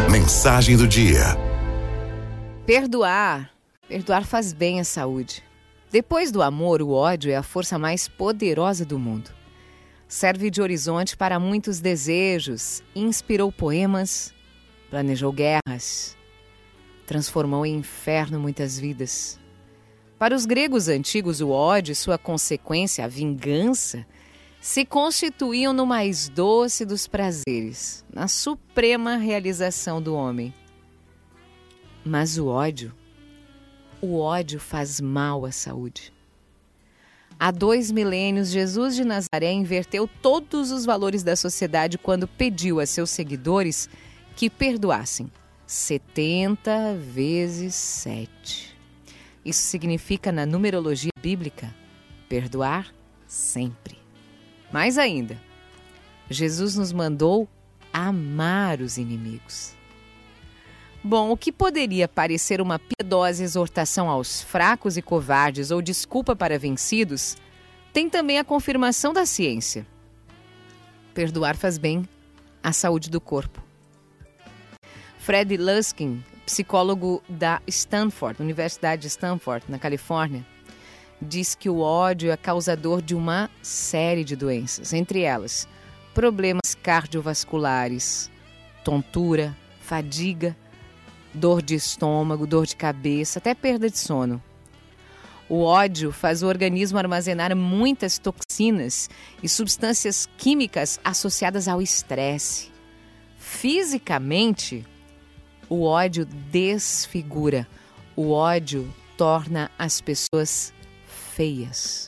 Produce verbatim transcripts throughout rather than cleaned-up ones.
Mensagem do dia. Perdoar. Perdoar faz bem à saúde. Depois do amor, o ódio é a força mais poderosa do mundo. Serve de horizonte para muitos desejos, inspirou poemas, planejou guerras, transformou em inferno muitas vidas. Para os gregos antigos, o ódio e sua consequência, a vingança, se constituíam no mais doce dos prazeres, na suprema realização do homem. Mas o ódio, o ódio faz mal à saúde. Há dois milênios, Jesus de Nazaré inverteu todos os valores da sociedade quando pediu a seus seguidores que perdoassem setenta vezes sete. Isso significa, na numerologia bíblica, perdoar sempre. Mais ainda, Jesus nos mandou amar os inimigos. Bom, o que poderia parecer uma piedosa exortação aos fracos e covardes ou desculpa para vencidos, tem também a confirmação da ciência. Perdoar faz bem à saúde do corpo. Fred Luskin, psicólogo da Stanford, Universidade de Stanford, na Califórnia, diz que o ódio é causador de uma série de doenças, entre elas problemas cardiovasculares, tontura, fadiga, dor de estômago, dor de cabeça, até perda de sono. O ódio faz o organismo armazenar muitas toxinas e substâncias químicas associadas ao estresse. Fisicamente, o ódio desfigura, o ódio torna as pessoas feias.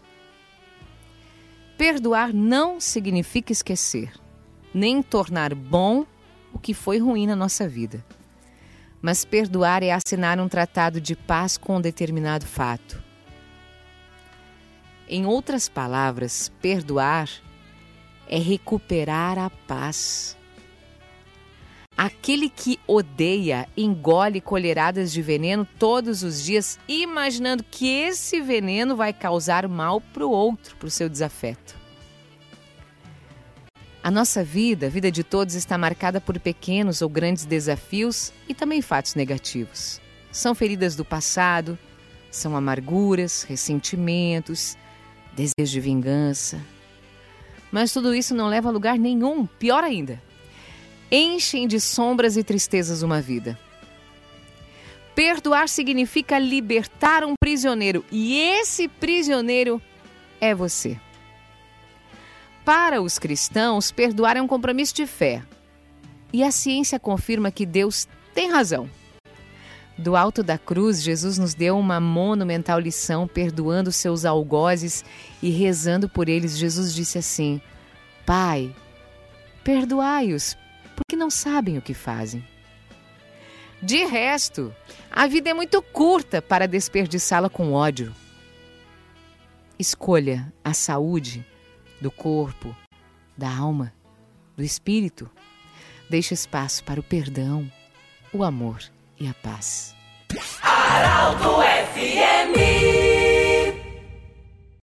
Perdoar não significa esquecer, nem tornar bom o que foi ruim na nossa vida. Mas perdoar é assinar um tratado de paz com um determinado fato. Em outras palavras, perdoar é recuperar a paz. Aquele que odeia engole colheradas de veneno todos os dias, imaginando que esse veneno vai causar mal para o outro, para o seu desafeto. A nossa vida, a vida de todos, está marcada por pequenos ou grandes desafios e também fatos negativos. São feridas do passado, são amarguras, ressentimentos, desejo de vingança. Mas tudo isso não leva a lugar nenhum, pior ainda. Enchem de sombras e tristezas uma vida. Perdoar significa libertar um prisioneiro, e esse prisioneiro é você. Para os cristãos, perdoar é um compromisso de fé. E a ciência confirma que Deus tem razão. Do alto da cruz, Jesus nos deu uma monumental lição, perdoando seus algozes e rezando por eles. Jesus disse assim: Pai, perdoai-os, porque não sabem o que fazem. De resto, a vida é muito curta para desperdiçá-la com ódio. Escolha a saúde do corpo, da alma, do espírito. Deixe espaço para o perdão, o amor e a paz. Arauto F M